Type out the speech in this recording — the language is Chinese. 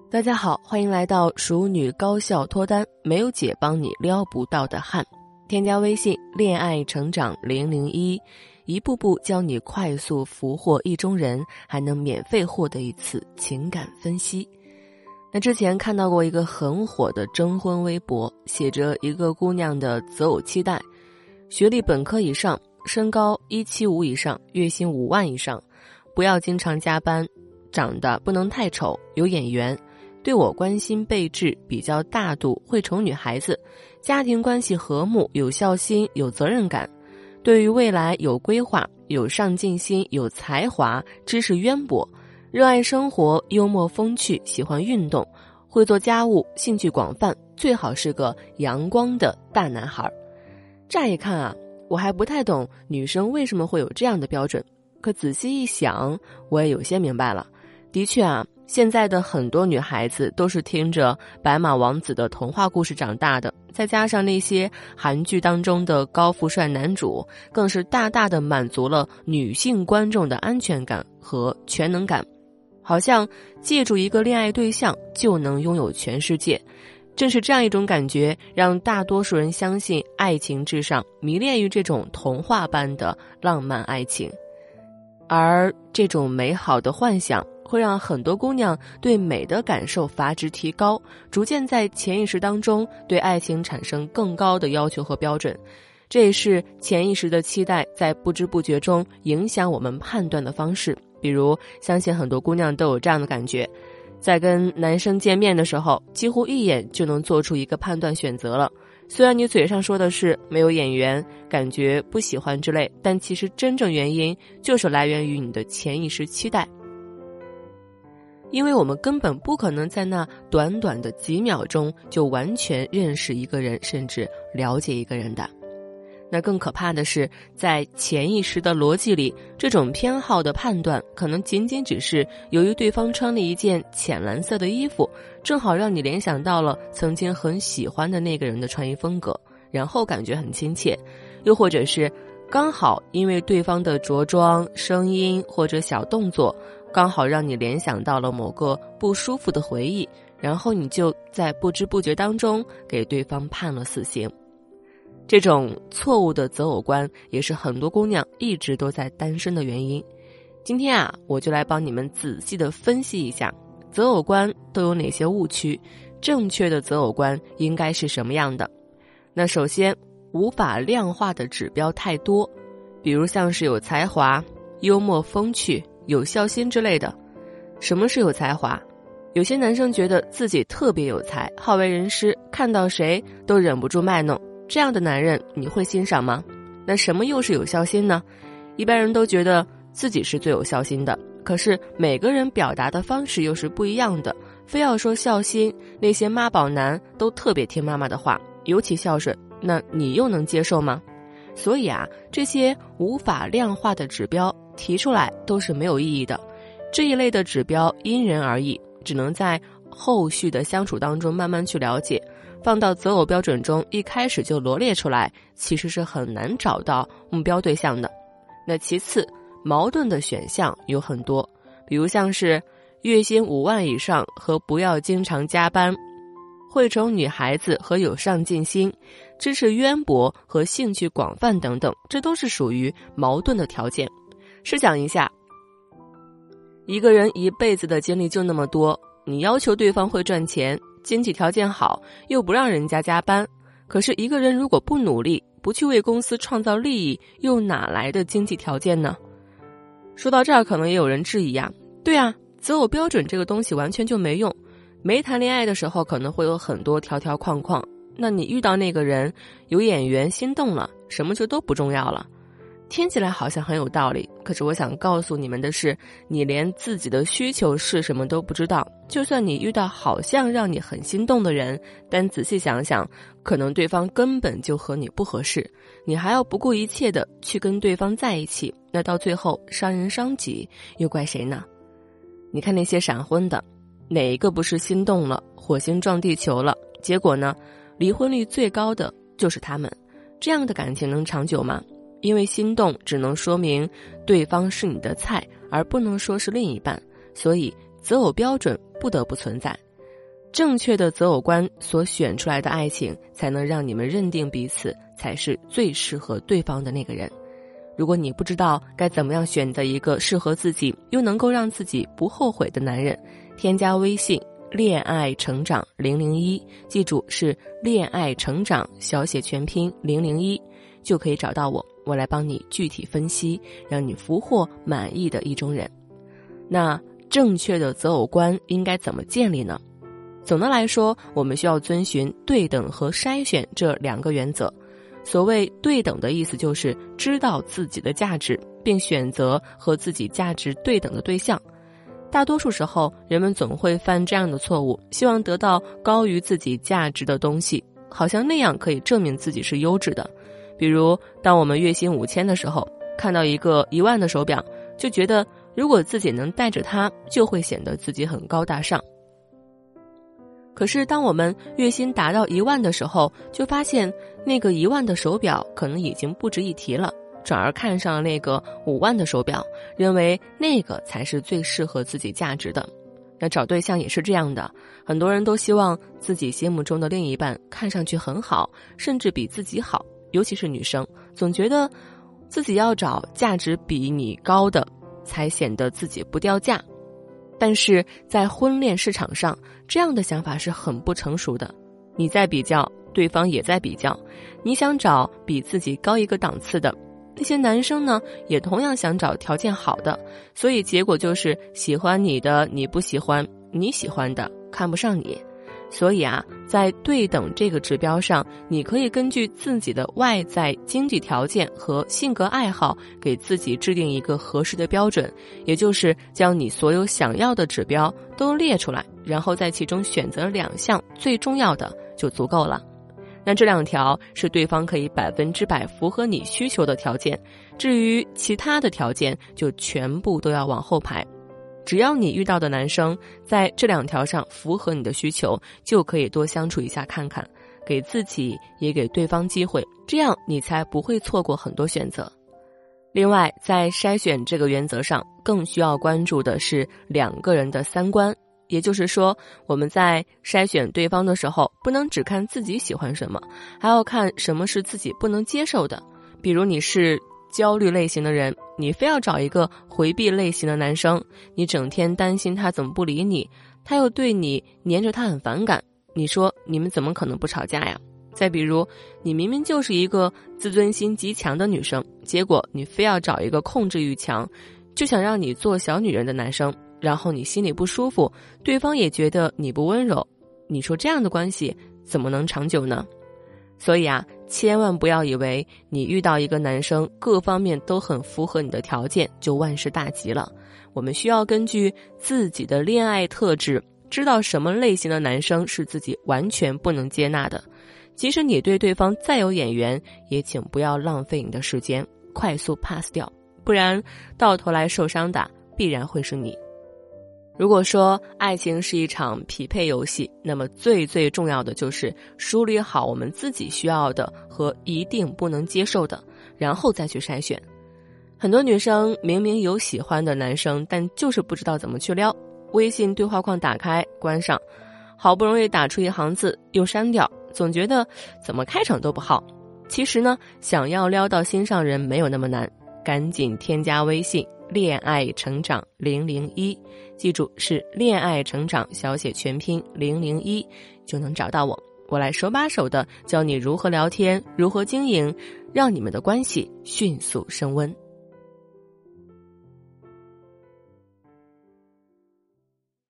大家好，欢迎来到熟女高效脱单，没有姐帮你撩不到的汉。添加微信恋爱成长001，一步步教你快速俘获意中人，还能免费获得一次情感分析。那之前看到过一个很火的征婚微博，写着一个姑娘的择偶期待：学历本科以上，身高175以上，月薪5万以上，不要经常加班，长得不能太丑，有眼缘，对我关心备至，比较大度，会宠女孩子，家庭关系和睦，有孝心，有责任感，对于未来有规划，有上进心，有才华，知识渊博，热爱生活，幽默风趣，喜欢运动，会做家务，兴趣广泛，最好是个阳光的大男孩。乍一看啊，我还不太懂女生为什么会有这样的标准，可仔细一想，我也有些明白了。的确啊，现在的很多女孩子都是听着白马王子的童话故事长大的，再加上那些韩剧当中的高富帅男主，更是大大的满足了女性观众的安全感和全能感，好像借助一个恋爱对象就能拥有全世界。正是这样一种感觉，让大多数人相信爱情至上，迷恋于这种童话般的浪漫爱情。而这种美好的幻想会让很多姑娘对美的感受阀值提高，逐渐在潜意识当中对爱情产生更高的要求和标准。这也是潜意识的期待在不知不觉中影响我们判断的方式。比如，相信很多姑娘都有这样的感觉，在跟男生见面的时候，几乎一眼就能做出一个判断选择了。虽然你嘴上说的是没有眼缘，感觉不喜欢之类，但其实真正原因就是来源于你的潜意识期待。因为我们根本不可能在那短短的几秒钟就完全认识一个人，甚至了解一个人的。那更可怕的是，在潜意识的逻辑里，这种偏好的判断可能仅仅只是由于对方穿了一件浅蓝色的衣服，正好让你联想到了曾经很喜欢的那个人的穿衣风格，然后感觉很亲切。又或者是刚好因为对方的着装、声音或者小动作，刚好让你联想到了某个不舒服的回忆，然后你就在不知不觉当中给对方判了死刑。这种错误的择偶观也是很多姑娘一直都在单身的原因。今天啊，我就来帮你们仔细的分析一下择偶观都有哪些误区，正确的择偶观应该是什么样的。那首先，无法量化的指标太多，比如像是有才华、幽默风趣、有孝心之类的。什么是有才华？有些男生觉得自己特别有才，好为人师，看到谁都忍不住卖弄，这样的男人你会欣赏吗？那什么又是有孝心呢？一般人都觉得自己是最有孝心的，可是每个人表达的方式又是不一样的，非要说孝心，那些妈宝男都特别听妈妈的话，尤其孝顺，那你又能接受吗？所以啊，这些无法量化的指标提出来都是没有意义的。这一类的指标因人而异，只能在后续的相处当中慢慢去了解，放到择偶标准中一开始就罗列出来，其实是很难找到目标对象的。那其次，矛盾的选项有很多，比如像是月薪5万以上和不要经常加班，会宠女孩子和有上进心，知识渊博和兴趣广泛等等，这都是属于矛盾的条件。试想一下，一个人一辈子的精力就那么多，你要求对方会赚钱，经济条件好，又不让人家加班，可是一个人如果不努力，不去为公司创造利益，又哪来的经济条件呢？说到这儿，可能也有人质疑啊，对啊，择偶标准这个东西完全就没用，没谈恋爱的时候可能会有很多条条框框，那你遇到那个人有眼缘心动了，什么就都不重要了。听起来好像很有道理，可是我想告诉你们的是，你连自己的需求是什么都不知道，就算你遇到好像让你很心动的人，但仔细想想，可能对方根本就和你不合适，你还要不顾一切的去跟对方在一起，那到最后伤人伤己，又怪谁呢？你看那些闪婚的，哪一个不是心动了，火星撞地球了，结果呢，离婚率最高的就是他们。这样的感情能长久吗？因为心动只能说明对方是你的菜，而不能说是另一半，所以择偶标准不得不存在。 正确的择偶观所选出来的爱情，才能让你们认定彼此才是最适合对方的那个人。如果你不知道该怎么样选择一个适合自己又能够让自己不后悔的男人，添加微信恋爱成长001，记住是恋爱成长小写全拼001，就可以找到我来帮你具体分析，让你俘获满意的意中人。那正确的择偶观应该怎么建立呢？总的来说，我们需要遵循对等和筛选这2个原则。所谓对等的意思就是知道自己的价值，并选择和自己价值对等的对象。大多数时候，人们总会犯这样的错误，希望得到高于自己价值的东西，好像那样可以证明自己是优质的。比如，当我们月薪5000的时候，看到一个1万的手表，就觉得如果自己能带着它，就会显得自己很高大上。可是当我们月薪达到1万的时候，就发现那个1万的手表可能已经不值一提了，转而看上那个5万的手表，认为那个才是最适合自己价值的。那找对象也是这样的，很多人都希望自己心目中的另一半看上去很好，甚至比自己好，尤其是女生，总觉得自己要找价值比你高的，才显得自己不掉价。但是在婚恋市场上，这样的想法是很不成熟的。你在比较，对方也在比较，你想找比自己高一个档次的，那些男生呢，也同样想找条件好的，所以结果就是喜欢你的你不喜欢，你喜欢的看不上你。所以在对等这个指标上，你可以根据自己的外在经济条件和性格爱好，给自己制定一个合适的标准，也就是将你所有想要的指标都列出来，然后在其中选择2项最重要的就足够了。那这2条是对方可以100%符合你需求的条件，至于其他的条件就全部都要往后排。只要你遇到的男生在这2条上符合你的需求，就可以多相处一下看看，给自己也给对方机会，这样你才不会错过很多选择。另外，在筛选这个原则上，更需要关注的是2个人的3观。也就是说，我们在筛选对方的时候，不能只看自己喜欢什么，还要看什么是自己不能接受的。比如你是焦虑类型的人，你非要找一个回避类型的男生，你整天担心他怎么不理你，他又对你黏着他很反感，你说你们怎么可能不吵架呀？再比如，你明明就是一个自尊心极强的女生，结果你非要找一个控制欲强，就想让你做小女人的男生，然后你心里不舒服，对方也觉得你不温柔，你说这样的关系怎么能长久呢？所以千万不要以为你遇到一个男生各方面都很符合你的条件就万事大吉了。我们需要根据自己的恋爱特质，知道什么类型的男生是自己完全不能接纳的。即使你对对方再有眼缘，也请不要浪费你的时间，快速 pass 掉，不然到头来受伤的必然会是你。如果说爱情是一场匹配游戏，那么最重要的就是梳理好我们自己需要的和一定不能接受的，然后再去筛选。很多女生明明有喜欢的男生，但就是不知道怎么去撩，微信对话框打开关上，好不容易打出一行字又删掉，总觉得怎么开场都不好。其实呢，想要撩到心上人没有那么难，赶紧添加微信恋爱成长001，记住是恋爱成长小写全拼001，就能找到我来手把手的教你如何聊天，如何经营，让你们的关系迅速升温。